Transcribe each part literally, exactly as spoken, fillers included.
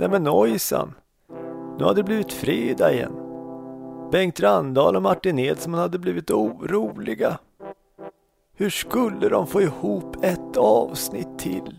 Nej men ojsan. Nu hade det blivit fredag igen. Bengt Randahl och Martin Edsman hade blivit oroliga. Hur skulle de få ihop ett avsnitt till?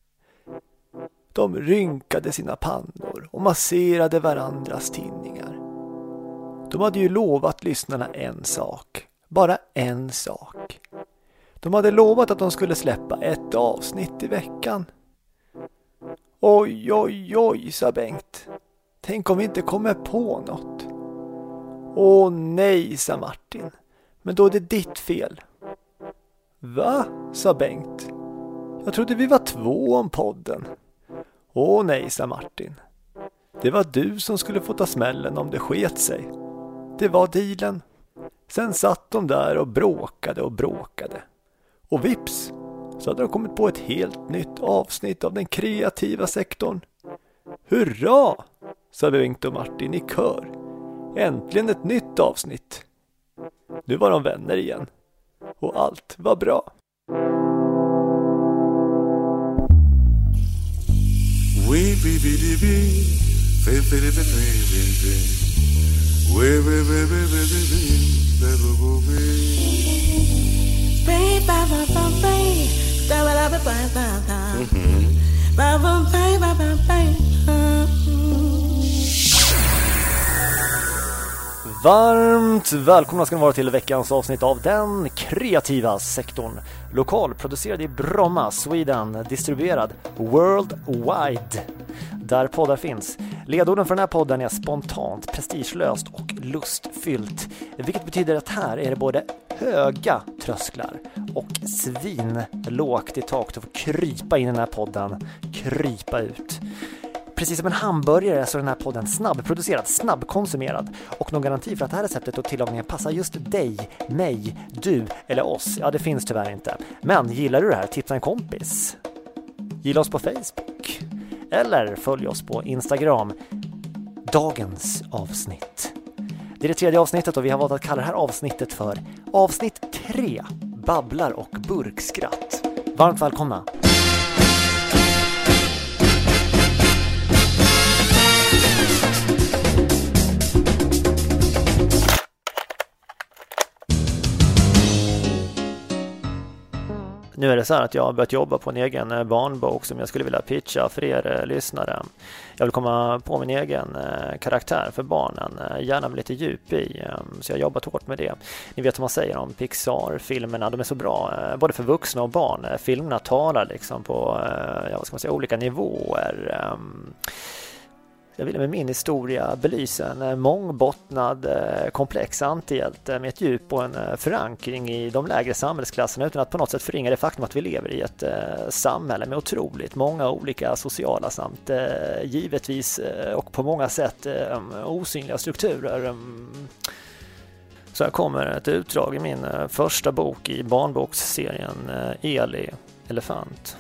De rynkade sina pannor och masserade varandras tinningar. De hade ju lovat lyssnarna en sak. Bara en sak. De hade lovat att de skulle släppa ett avsnitt i veckan. Oj, oj, oj, sa Bengt. Tänk om vi inte kommer på något. Åh nej, sa Martin. Men då är det ditt fel. Va? Sa Bengt. Jag trodde vi var två om podden. Åh nej, sa Martin. Det var du som skulle få ta smällen om det sket sig. Det var dealen. Sen satt de där och bråkade och bråkade. Och vips, så hade de kommit på ett helt nytt avsnitt av den kreativa sektorn. Hurra, sa Bengt och Martin i kör. Äntligen ett nytt avsnitt. Nu var de vänner igen. Och allt var bra. Varmt välkomna ska ni vara till veckans avsnitt av den kreativa sektorn. Lokalproducerad i Bromma, Sweden, distribuerad worldwide. Där poddar finns. Ledorden för den här podden är spontant, prestigelöst och lustfyllt. Vilket betyder att här är det både höga trösklar och svinlågt i tak att få krypa in i den här podden, krypa ut. Precis som en hamburgare så är den här podden snabbproducerad, snabbkonsumerad. Och någon garanti för att det här receptet och tillagningen passar just dig, mig, du eller oss, ja det finns tyvärr inte. Men gillar du det här, tipsa en kompis. Gilla oss på Facebook. Eller följ oss på Instagram. Dagens avsnitt. Det är det tredje avsnittet och vi har valt att kalla det här avsnittet för avsnitt tre. Babblar och burkskratt. Varmt välkomna. Nu är det så här att jag har börjat jobba på en egen barnbok som jag skulle vilja pitcha för er lyssnare. Jag vill komma på min egen karaktär för barnen, gärna med lite djup i, så jag har jobbat hårt med det. Ni vet vad man säger om Pixar-filmerna, de är så bra, både för vuxna och barn. Filmerna talar liksom på ja, vad ska man säga, olika nivåer. Jag ville med min historia belysa en mångbottnad, komplex antihjälte med ett djup och en förankring i de lägre samhällsklasserna utan att på något sätt förringa det faktum att vi lever i ett samhälle med otroligt många olika sociala samt givetvis och på många sätt osynliga strukturer. Så här kommer ett utdrag i min första bok i barnboksserien Eli, elefant.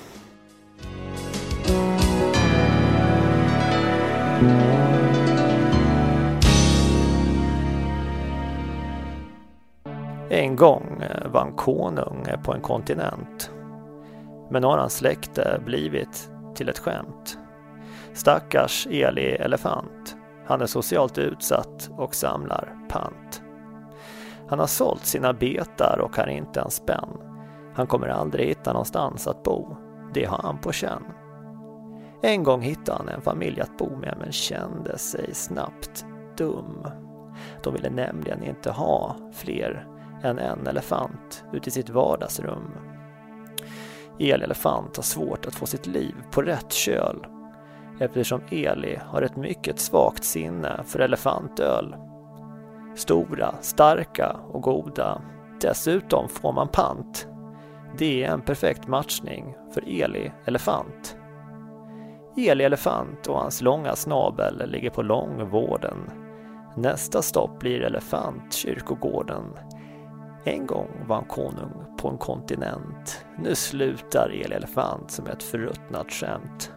En gång var en konung på en kontinent. Men har hans släkte blivit till ett skämt. Stackars Eli elefant. Han är socialt utsatt och samlar pant. Han har sålt sina betar och har inte en spänn. Han kommer aldrig hitta någonstans att bo. Det har han på känn. En gång hittade han en familj att bo med men kände sig snabbt dum. De ville nämligen inte ha fler än en elefant ut i sitt vardagsrum. Eli elefant har svårt att få sitt liv på rätt köl eftersom Eli har ett mycket svagt sinne för elefantöl. Stora, starka och goda. Dessutom får man pant. Det är en perfekt matchning för Eli elefant. Eli elefant och hans långa snabel ligger på långvården. Nästa stopp blir elefantkyrkogården. En gång var han konung på en kontinent. Nu slutar Eli elefant som ett förruttnat skämt.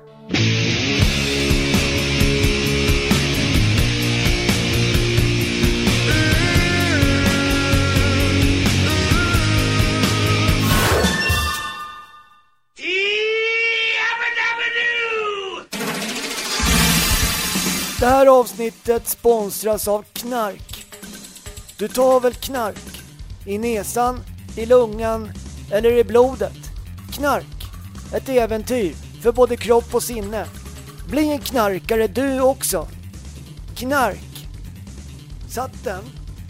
Det här avsnittet sponsras av knark. Du tar väl knark? I näsan, i lungan eller i blodet? Knark. Ett äventyr för både kropp och sinne. Bli en knarkare du också. Knark. Satt den?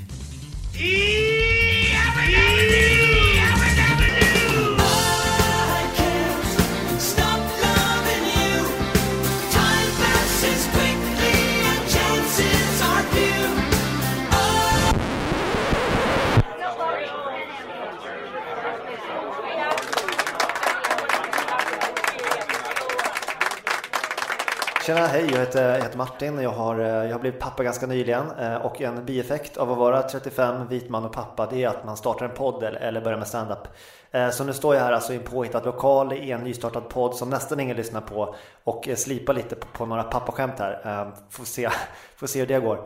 Tjena, hej, jag heter, jag heter Martin och jag har, jag har blivit pappa ganska nyligen och en bieffekt av att vara trettiofem, vit man och pappa, det är att man startar en podd eller, eller börjar med stand-up. Så nu står jag här alltså i en påhittad lokal i en nystartad podd som nästan ingen lyssnar på och slipar lite på, på några pappaskämt här. Får se, får se hur det går.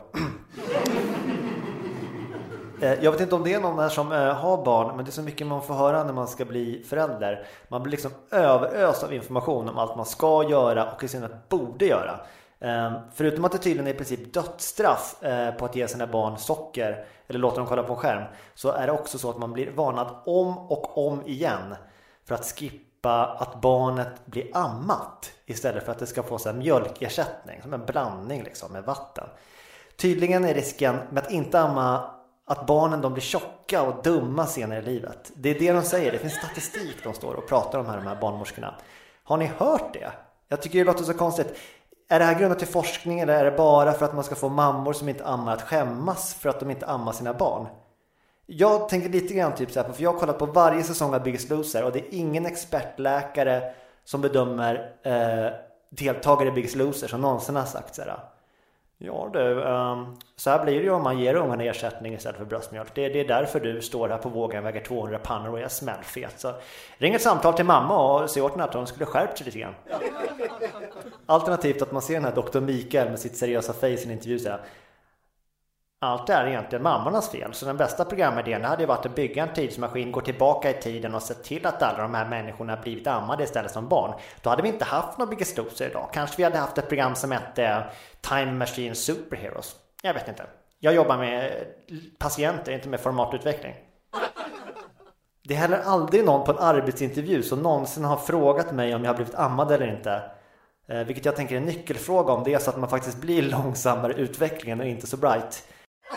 Jag vet inte om det är någon här som har barn, men det är så mycket man får höra när man ska bli förälder. Man blir liksom överöst av information om allt man ska göra och i synnerhet borde göra. Förutom att det tydligen är i princip dödsstraff på att ge sina barn socker eller låta dem kolla på en skärm, så är det också så att man blir varnad om och om igen för att skippa att barnet blir ammat istället för att det ska få så här mjölkersättning, som en blandning liksom med vatten. Tydligen är risken med att inte amma att barnen de blir tjocka och dumma senare i livet. Det är det de säger. Det finns statistik de står och pratar om här, de här barnmorskorna. Har ni hört det? Jag tycker det låter så konstigt. Är det här grundat till forskning eller är det bara för att man ska få mammor som inte ammar att skämmas för att de inte ammar sina barn? Jag tänker lite grann typ så här, för jag har kollat på varje säsong av Biggest Loser och det är ingen expertläkare som bedömer eh, deltagare i Biggest Loser som någonsin har sagt så här. Ja du, um, så här blir det ju om man ger ungarna ersättning istället för bröstmjölk. Det, det är därför du står här på vågen, väger tvåhundra pannor och är smällfet. Så ring ett samtal till mamma och se åt henne att hon skulle skärpt sig lite grann. Alternativt att man ser den här doktor Mikael med sitt seriösa face i en intervju säga: allt är egentligen mammornas fel. Så den bästa programidén hade ju varit att bygga en tidsmaskin, gå tillbaka i tiden och se till att alla de här människorna blivit ammade istället som barn. Då hade vi inte haft någon Biggest Loser idag. Kanske vi hade haft ett program som hette Time Machine Superheroes. Jag vet inte. Jag jobbar med patienter, inte med formatutveckling. Det är heller aldrig någon på en arbetsintervju som någonsin har frågat mig om jag har blivit ammad eller inte. Eh, vilket jag tänker är en nyckelfråga om det är så att man faktiskt blir långsammare i utvecklingen och inte så bright.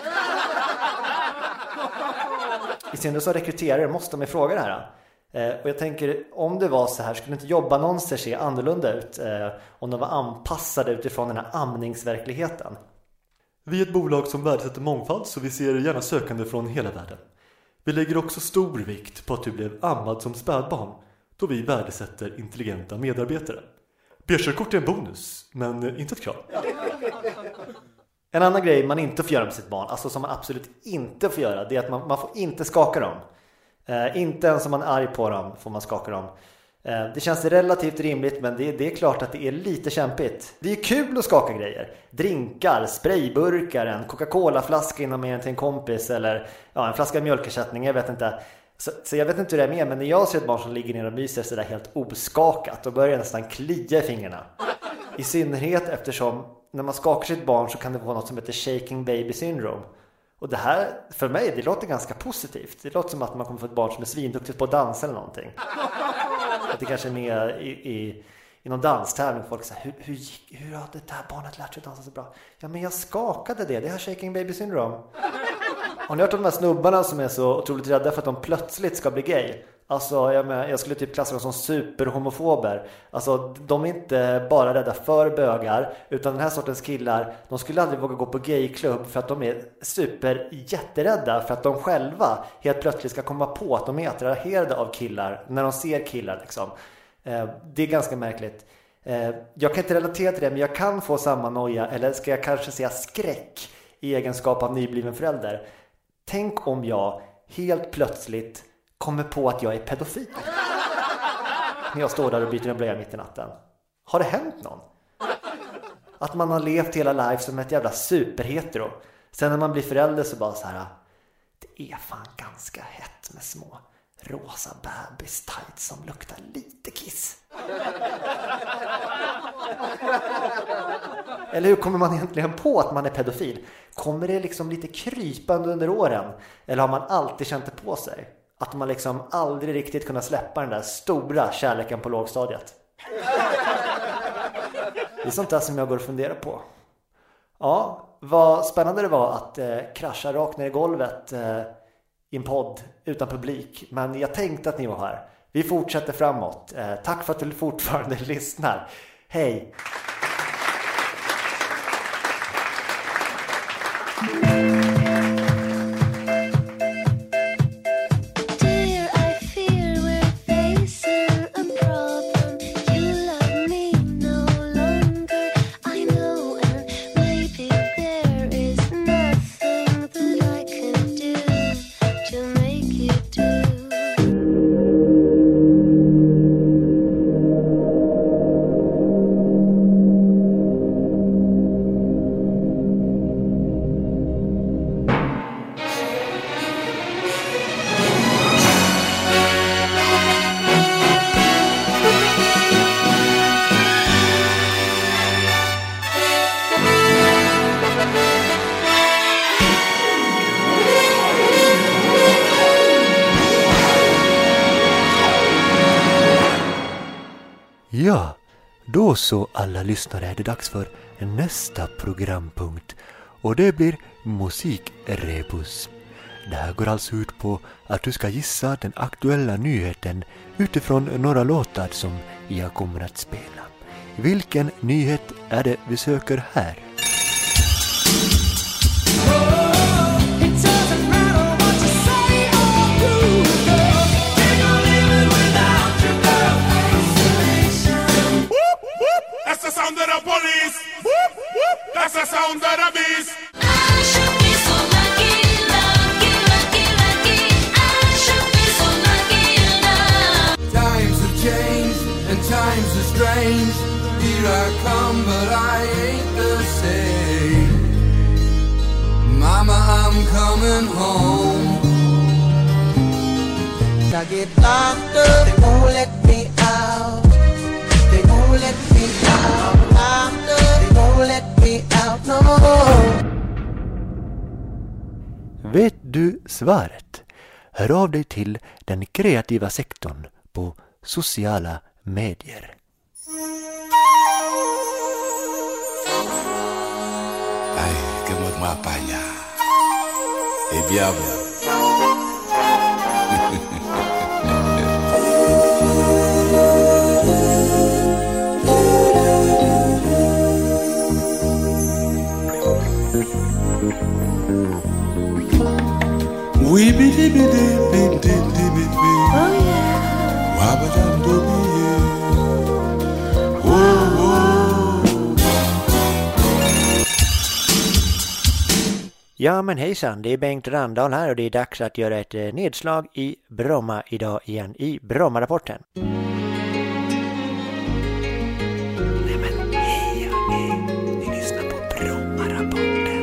I synnerhet så rekryterare måste de fråga det här. Eh, och jag tänker, om det var så här, skulle inte jobbannonser se annorlunda ut eh, om de var anpassade utifrån den här amningsverkligheten? Vi är ett bolag som värdesätter mångfald, så vi ser gärna sökande från hela världen. Vi lägger också stor vikt på att du blev ammad som spädbarn, då vi värdesätter intelligenta medarbetare. B-körkort är en bonus, men inte ett krav. En annan grej man inte får göra med sitt barn, alltså som man absolut inte får göra, det är att man, man får inte skaka dem. Eh, inte ens om man är arg på dem får man skaka dem. Eh, det känns relativt rimligt, men det, det är klart att det är lite kämpigt. Det är kul att skaka grejer. Drinkar, sprayburkar, en Coca-Cola-flaska innan med till en kompis eller ja, en flaska mjölkersättning, jag vet inte. Så, så jag vet inte hur det är med, men när jag ser ett barn som ligger ner och myser så där helt oskakat, då börjar jag nästan klia i fingrarna. I synnerhet eftersom när man skakar sitt barn så kan det vara något som heter shaking baby syndrome. Och det här, för mig, det låter ganska positivt. Det låter som att man kommer få ett barn som är svinduktigt på att dansa eller någonting. Att det kanske är med i, i, i någon danstävling. Folk säger, hur, hur, gick, hur har det här barnet lärt sig att dansa så bra? Ja, men jag skakade det. Det har shaking baby syndrome. Har ni hört om de här snubbarna som är så otroligt rädda för att de plötsligt ska bli gay? Alltså, jag, menar, jag skulle typ klassa dem som superhomofober. Alltså, de är inte bara rädda för bögar, utan den här sortens killar, de skulle aldrig våga gå på gayklubb för att de är super jätterädda för att de själva helt plötsligt ska komma på att de är attraherade av killar när de ser killar liksom. Eh, det är ganska märkligt. Eh, jag kan inte relatera till det, men jag kan få samma noja, eller ska jag kanske säga skräck, i egenskap av nybliven förälder. Tänk om jag helt plötsligt kommer på att jag är pedofil. När jag står där och byter en blöja mitt i natten. Har det hänt någon? Att man har levt hela life som ett jävla superhetero. Sen när man blir förälder så bara så här: det är fan ganska hett med små rosa bebis tights som luktar lite kiss. Eller hur kommer man egentligen på att man är pedofil? Kommer det liksom lite krypande under åren? Eller har man alltid känt det på sig? Att man liksom aldrig riktigt kunnat släppa den där stora kärleken på lågstadiet? Det är sånt där som jag går och funderar på. Ja, vad spännande det var att eh, krascha rakt ner i golvet eh, i en podd utan publik. Men jag tänkte att ni var här. Vi fortsätter framåt. Eh, tack för att du fortfarande lyssnar. Hej! Ja, då så alla lyssnare är det dags för nästa programpunkt och det blir musikrebus. Det här går alltså ut på att du ska gissa den aktuella nyheten utifrån några låtar som jag kommer att spela. Vilken nyhet är det vi söker här? Here I come, but I ain't the same. Mama, I'm coming home. I get locked up, they won't let me out. They won't let me out. Locked up, they won't let me out no more. Vet du svaret? Hör av dig till den kreativa sektorn på sociala medier. Ay, que me voy a apañar. El diablo. We be di be di be di di be be. Oh yeah. Wabadam do be yeah. Oh oh. Ja men hejsan, det är Bengt Randahl här och det är dags att göra ett nedslag i Bromma idag igen i Bromma-rapporten. Nej men hej hörni, ni lyssnar på Bromma-rapporten.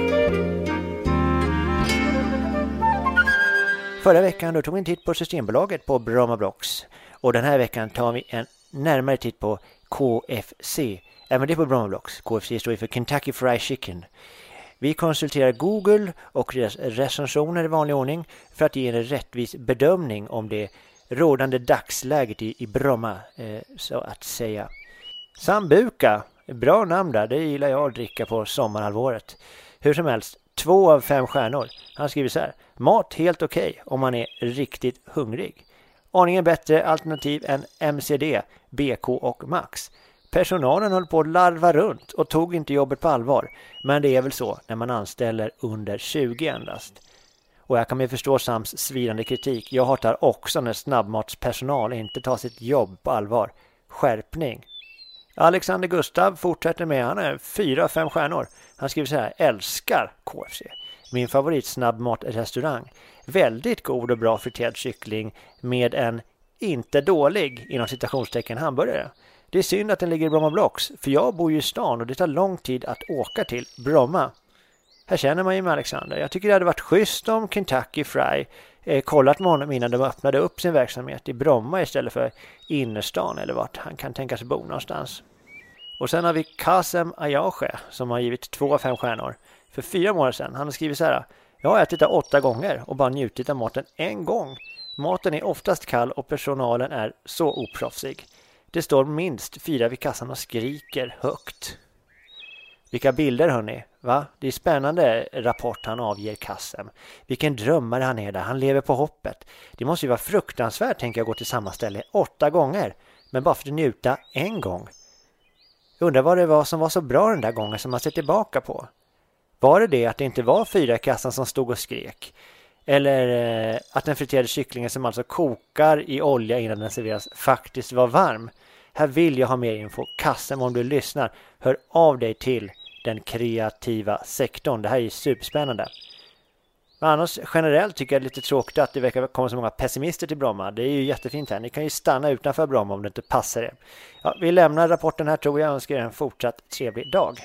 Förra veckan då tog vi en titt på Systembolaget på Bromma Blocks och den här veckan tar vi en närmare titt på K F C. Även det på Bromma Blocks. K F C står för Kentucky Fried Chicken. Vi konsulterar Google och deras recensioner i vanlig ordning för att ge en rättvis bedömning om det rådande dagsläget i, i Bromma, eh, så att säga. Sambuca, bra namn där, det gillar jag att dricka på sommarhalvåret. Hur som helst, två av fem stjärnor. Han skriver så här, mat helt okej okay om man är riktigt hungrig. Aningen bättre alternativ än M C D, B K och Max. Personalen höll på att larva runt och tog inte jobbet på allvar. Men det är väl så när man anställer under tjugo endast. Och jag kan ju förstå Sams svirande kritik. Jag hatar också när snabbmatspersonal inte tar sitt jobb på allvar. Skärpning. Alexander Gustav fortsätter med, han är fyra fem stjärnor. Han skriver så här, älskar K F C. Min favorit snabbmatrestaurang. Väldigt god och bra friterad kyckling med en inte dålig inom citationstecken hamburgare. Det är synd att den ligger i Bromma Blocks, för jag bor ju i stan och det tar lång tid att åka till Bromma. Här känner man ju med Alexander. Jag tycker det hade varit schysst om Kentucky Fry eh, kollat med honom innan de öppnade upp sin verksamhet i Bromma istället för innerstan eller vart han kan tänka sig bo någonstans. Och sen har vi Kasem Ayashe som har givit två av fem stjärnor. För fyra månader sedan. Han har skrivit så här: jag har ätit det åtta gånger och bara njutit av maten en gång. Maten är oftast kall och personalen är så oproffsig. Det står minst fyra vid kassan och skriker högt. Vilka bilder hörni, va? Det är spännande rapport han avger Kasem. Vilken drömmare han är där, han lever på hoppet. Det måste ju vara fruktansvärt, tänker jag, gå till samma ställe åtta gånger. Men bara för att njuta en gång. Jag undrar vad det var som var så bra den där gången som man ser tillbaka på. Var det det att det inte var fyra i kassan som stod och skrek? Eller eh, att den friterade kycklingen som alltså kokar i olja innan den serveras faktiskt var varm? Här vill jag ha mer info. Kasem, om du lyssnar, hör av dig till den kreativa sektorn. Det här är ju superspännande. Men annars generellt tycker jag det är lite tråkigt att det verkar komma så många pessimister till Bromma. Det är ju jättefint här. Ni kan ju stanna utanför Bromma om det inte passar er. Ja, vi lämnar rapporten här, tror jag. Jag önskar er en fortsatt trevlig dag.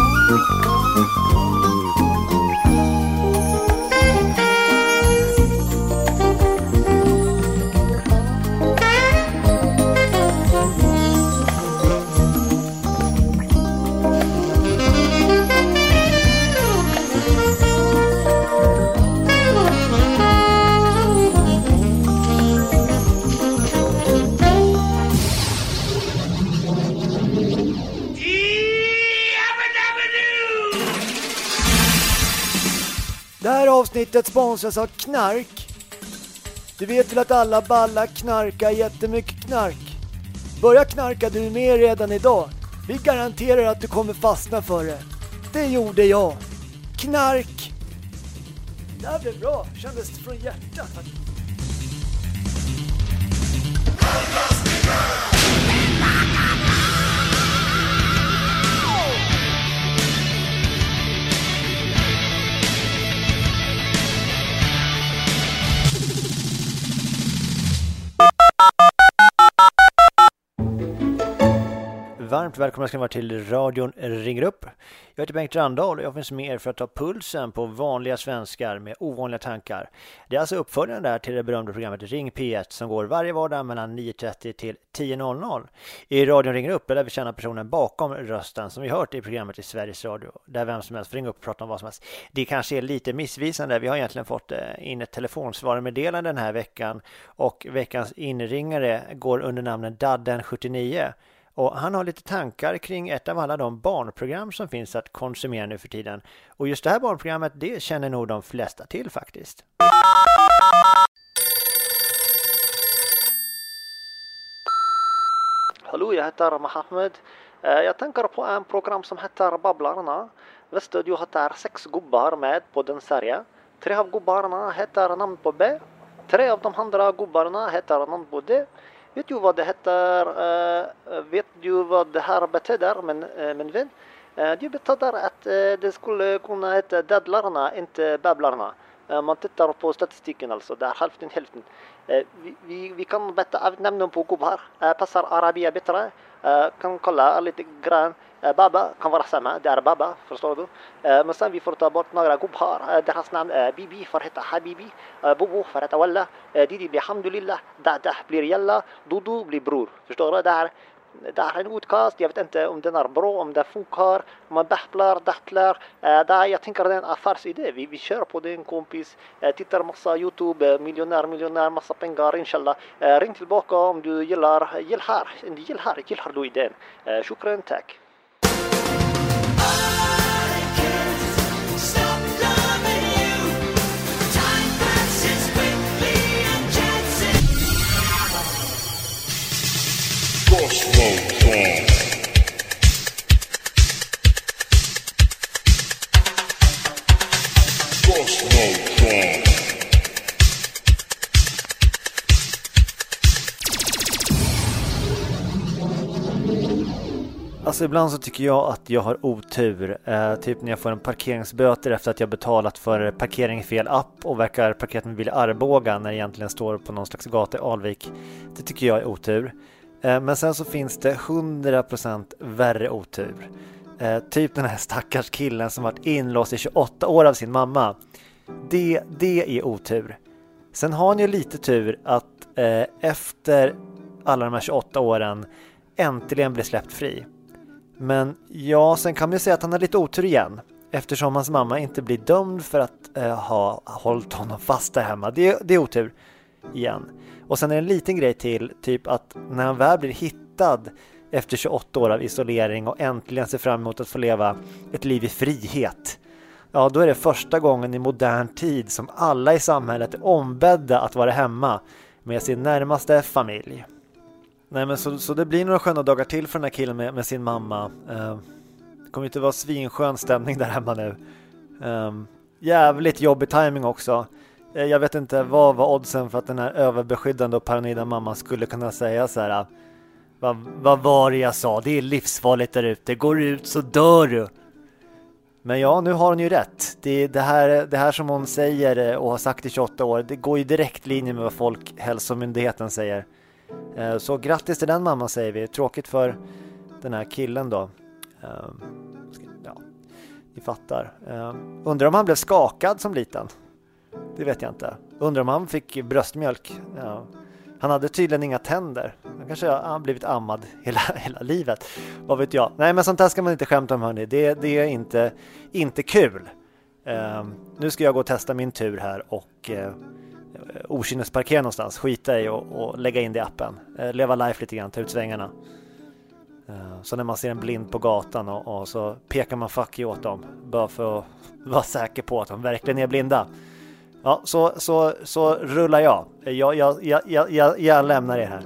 Det här avsnittet sponsras av knark. Du vet väl att alla ballar knarkar jättemycket knark. Börja knarka du med redan idag. Vi garanterar att du kommer fastna för det. Det gjorde jag. Knark. Det här blev bra. Kändes från hjärtat. Varmt välkomna ska ni vara till radion Ringer upp. Jag heter Bengt Randahl och jag finns med er för att ta pulsen på vanliga svenskar med ovanliga tankar. Det är alltså uppföljaren där till det berömda programmet Ring P ett som går varje vardag mellan nio trettio till tio noll noll. I radion Ringer upp där vi känner personen bakom rösten som vi hört i programmet i Sveriges Radio. Där vem som helst får ringa upp och prata om vad som helst. Det kanske är lite missvisande. Vi har egentligen fått in ett telefonsvarmeddelande den här veckan och veckans inringare går under namnet Dadden sjuttionio. Och han har lite tankar kring ett av alla de barnprogram som finns att konsumera nu för tiden. Och just det här barnprogrammet, det känner nog de flesta till faktiskt. Hallå, jag heter Mohammed. Jag tänker på en program som heter Babblarna. Visste du att det är sex gubbar med på den serien? Tre av gubbarna heter namn på B. Tre av de andra gubbarna heter namn på D. Vet du vad det heter? Uh, vet du vad det här betyder, min, uh, min vän? Uh, det betyder att uh, det skulle kunna heta Daddlarna, inte Babblarna. Uh, man tittar på statistiken alltså, det är hälften hälften. Uh, vi, vi, vi kan betta av namnen på gubbar. Uh, passar Arabia bättre. Uh, kan kolla lite grann. Uh, Baba kan vara samma, det är Baba, förstår du? Uh, men sen vi får ta bort några gubbar. Uh, deras namn är uh, Bibi för heta Habibi. Uh, Bobo för heta Walla. Uh, Didi blir Hamdulillah. Dada blir Jalla. Dudu blir Bror. Förstår du? Det är, det är en utkast. Jag vet inte om den är bra, om den funkar. Om man babblar, dattlar. Uh, där jag tänker det är en affärsidé. Vi, vi kör på den kompis. Uh, tittar massa YouTube. Uh, miljonär, miljonär. Massa pengar, inshallah. Uh, ring tillbaka om du gillar. Gillar. Gillar. Gillar du idén. Uh, shukran, tack. Alltså ibland så tycker jag att jag har otur. Eh, typ när jag får en parkeringsböter efter att jag betalat för parkering i fel app och verkar parkerat min bil i Arboga när det egentligen står på någon slags gata i Alvik. Det tycker jag är otur. Eh, men sen så finns det hundra procent värre otur. Eh, typ den här stackars killen som varit inlåst i tjugoåtta år av sin mamma. Det, det är otur. Sen har ni ju lite tur att eh, efter alla de här tjugoåtta åren äntligen blir släppt fri. Men ja, sen kan man ju säga att han har lite otur igen. Eftersom hans mamma inte blir dömd för att eh, ha hållit honom fast där hemma. Det, det är otur igen. Och sen är det en liten grej till. Typ att när han väl blir hittad efter tjugoåtta år av isolering och äntligen ser fram emot att få leva ett liv i frihet. Ja, då är det första gången i modern tid som alla i samhället är ombedda att vara hemma med sin närmaste familj. Nej, men så, så det blir några sköna dagar till för den här killen med, med sin mamma. Uh, det kommer inte vara svinskön stämning där hemma nu. Um, jävligt jobbig timing också. Uh, jag vet inte vad var oddsen för att den här överbeskyddande och paranoida mamman skulle kunna säga så här. Vad, vad var det jag sa? Det är livsfarligt där ute. Går du ut så dör du. Men ja, nu har hon ju rätt. Det, det, här, det här som hon säger och har sagt i tjugoåtta år, det går ju direkt linje med vad Folkhälsomyndigheten säger. Så grattis till den mamman, säger vi. Tråkigt för den här killen då. Ja, ni fattar. Undrar om han blev skakad som liten. Det vet jag inte. Undrar om han fick bröstmjölk. Ja. Han hade tydligen inga tänder. Han kanske har blivit ammad hela, hela livet. Vad vet jag. Nej, men sånt här ska man inte skämta om, hörni. Det, det är inte, inte kul. Uh, nu ska jag gå och testa min tur här och uh, okynnesparkera någonstans. Skita i och, och lägga in det i appen. Uh, leva life lite grann, ta ut svängarna. Uh, så när man ser en blind på gatan och, och så pekar man fuck you åt dem. Bara för att vara säker på att de verkligen är blinda. Ja, så, så, så rullar jag. Jag, jag, jag, jag, jag lämnar det här.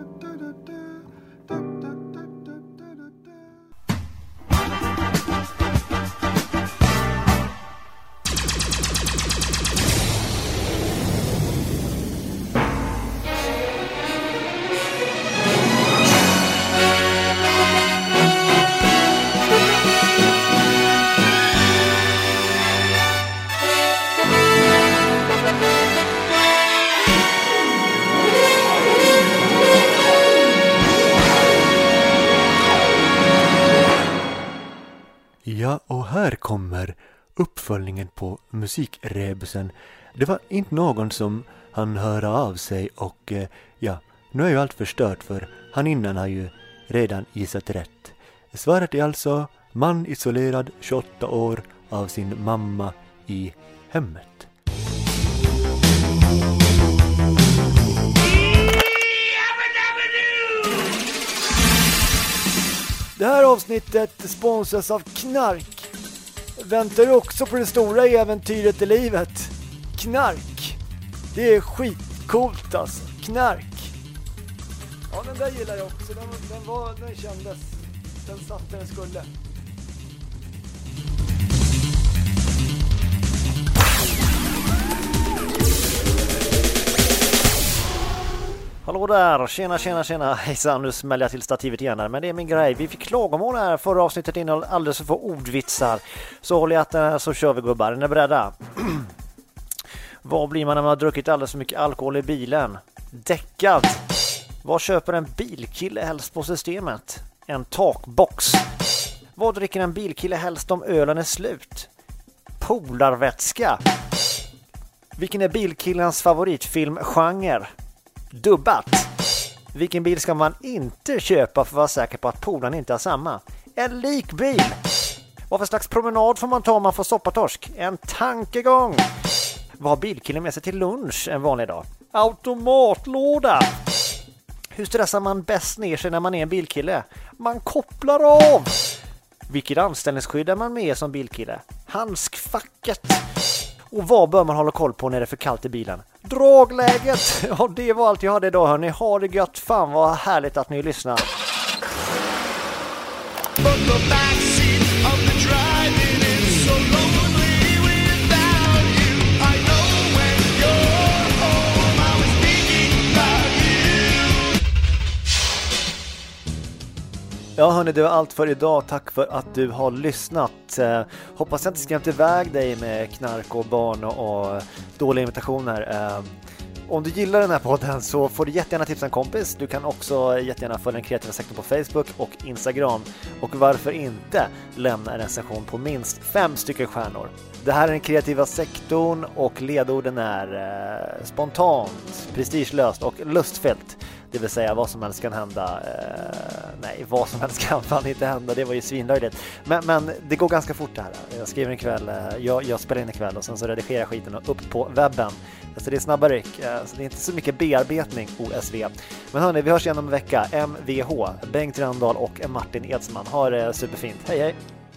Ja, och här kommer uppföljningen på musikrebusen. Det var inte någon som han höra av sig och eh, ja, nu är ju allt förstört för han innan har ju redan gissat rätt. Svaret är alltså man isolerad tjugoåtta år av sin mamma i hemmet. Det här avsnittet sponsras av knark. Väntar du också på det stora äventyret i livet? Knark. Det är skitcoolt alltså. Knark. Ja, den där gillar jag också. Den, den, var, den kändes. Den satt där den skulle. Hallå där, tjena, tjena, tjena. Hejsan, nu smäller jag till stativet igen här. Men det är min grej. Vi fick klagomål här. Förra avsnittet innehöll alldeles för få ordvitsar. Så håller jag att så kör vi, gubbar. Är ni beredda? Vad blir man när man har druckit alldeles för mycket alkohol i bilen? Däckad. Vad köper en bilkille helst på systemet? En takbox. Vad dricker en bilkille helst om ölen är slut? Polarvätska. Vilken är bilkillens favoritfilmgenre? Dubbat. Vilken bil ska man inte köpa för att vara säker på att polarna inte är samma? En likbil. Vad för slags promenad får man ta om man får soppatorsk? En tankegång. Vad har bilkillen med sig till lunch en vanlig dag? Automatlåda. Hur stressar man bäst ner sig när man är en bilkille? Man kopplar av. Vilket anställningsskydd är man med som bilkille? Handskfacket. Och vad bör man hålla koll på när det är för kallt i bilen? Dragläget! Ja, det var allt jag hade idag, hörni. Ha det gött. Fan vad härligt att ni lyssnar. Ja, hörni, det var allt för idag. Tack för att du har lyssnat. Eh, hoppas jag inte skrämt iväg dig med knark och barn och, och dåliga imitationer. Eh, om du gillar den här podden så får du jättegärna tipsa en kompis. Du kan också jättegärna följa den kreativa sektorn på Facebook och Instagram. Och varför inte lämna en recension på minst fem stycken stjärnor. Det här är den kreativa sektorn och ledorden är eh, spontant, prestigelöst och lustfyllt. Det vill säga vad som helst kan hända. Eh, nej, nej, vad som helst kan fan inte hända. Det var ju svinlöjligt. Men, men det går ganska fort det här. Jag skriver en kväll, jag, jag spelar in en kväll och sen så redigerar skiten och upp på webben. Så det är snabba ryck, så det är inte så mycket bearbetning O S V. Men hörni, vi hörs igen om en vecka. M V H, Bengt Rönndahl och Martin Edsman. Ha det superfint. Hej hej!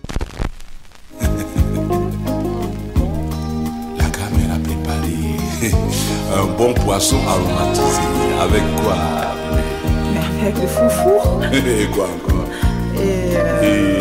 La caméra préparée. Un bon poisson aromatisé. Avec quoi? Avec le foufou. Et quoi encore? Et... Euh... Et...